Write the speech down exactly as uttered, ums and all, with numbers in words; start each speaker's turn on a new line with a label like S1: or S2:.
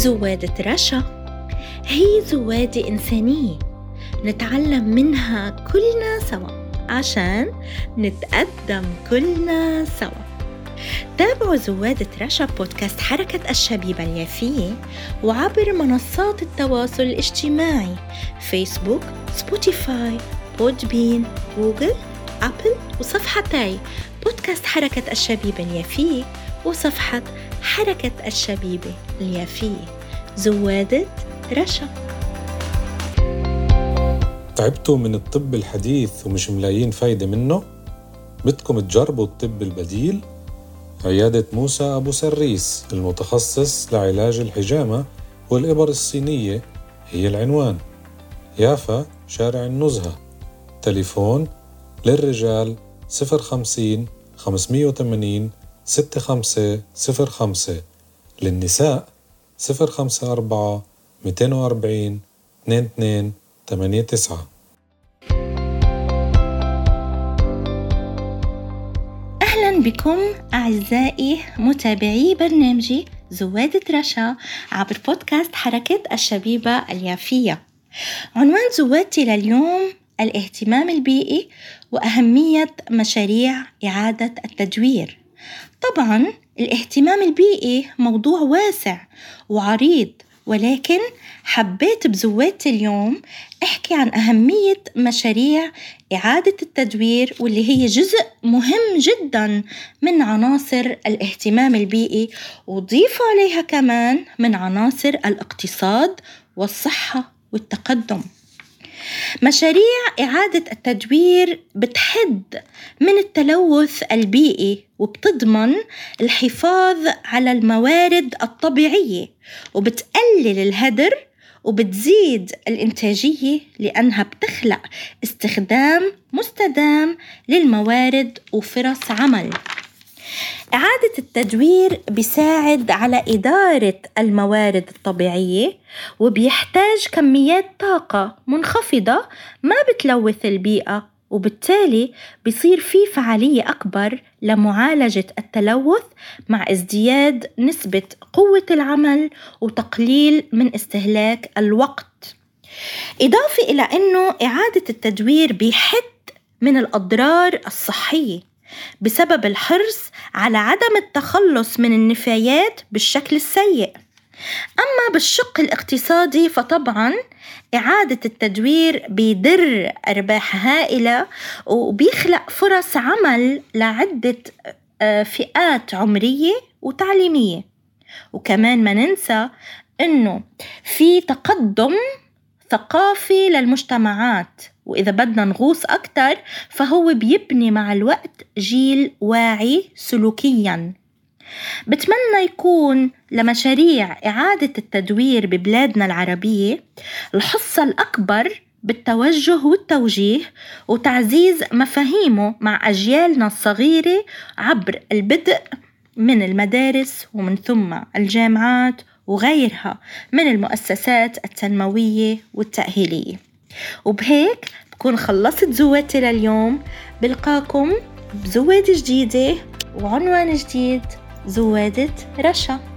S1: زوادة رشا هي زوادة إنسانية نتعلم منها كلنا سوا عشان نتقدم كلنا سوا. تابعوا زوادة رشا بودكاست حركة الشبيبة اليافية وعبر منصات التواصل الاجتماعي فيسبوك، سبوتيفاي، بودبين، جوجل، أبل، وصفحتي بودكاست حركة الشبيبة اليافية وصفحة حركة الشبيبة اليافية. زوادة رشا.
S2: تعبتوا من الطب الحديث ومش ملايين فايدة منه؟ بدكم تجربوا الطب البديل؟ عيادة موسى أبو سريس المتخصص لعلاج الحجامة والإبر الصينية هي العنوان. يافا، شارع النزهة. تليفون للرجال صفر خمسين خمسمية وثمانين ستة خمسة صفر خمسة، للنساء صفر خمسة أربعة مئتين وأربعين اثنين اثنين ثمانية تسعة.
S1: أهلا بكم أعزائي متابعي برنامجي زوادة رشا عبر بودكاست حركة الشبيبة اليافية. عنوان زوادتي لليوم الاهتمام البيئي وأهمية مشاريع إعادة التدوير. طبعاً الاهتمام البيئي موضوع واسع وعريض، ولكن حبيت بزوادتي اليوم احكي عن أهمية مشاريع إعادة التدوير، واللي هي جزء مهم جداً من عناصر الاهتمام البيئي، وضيف عليها كمان من عناصر الاقتصاد والصحة والتقدم. مشاريع إعادة التدوير بتحد من التلوث البيئي وبتضمن الحفاظ على الموارد الطبيعية وبتقلل الهدر وبتزيد الإنتاجية، لأنها بتخلق استخدام مستدام للموارد وفرص عمل. إعادة التدوير بيساعد على إدارة الموارد الطبيعية وبيحتاج كميات طاقة منخفضة ما بتلوث البيئة، وبالتالي بيصير فيه فعالية أكبر لمعالجة التلوث مع ازدياد نسبة قوة العمل وتقليل من استهلاك الوقت. إضافة إلى أنه إعادة التدوير بيحد من الأضرار الصحية بسبب الحرص على عدم التخلص من النفايات بالشكل السيء. أما بالشق الاقتصادي فطبعاً إعادة التدوير بيدر أرباح هائلة وبيخلق فرص عمل لعدة فئات عمرية وتعليمية، وكمان ما ننسى أنه في تقدم ثقافي للمجتمعات، وإذا بدنا نغوص أكتر فهو بيبني مع الوقت جيل واعي سلوكياً. بتمنى يكون لمشاريع إعادة التدوير ببلادنا العربية الحصة الأكبر بالتوجه والتوجيه وتعزيز مفاهيمه مع أجيالنا الصغيرة عبر البدء من المدارس ومن ثم الجامعات وغيرها من المؤسسات التنموية والتأهيلية. وبهيك بكون خلصت زوادتي لليوم. بلقاكم بزوادة جديدة وعنوان جديد. زوادة رشا.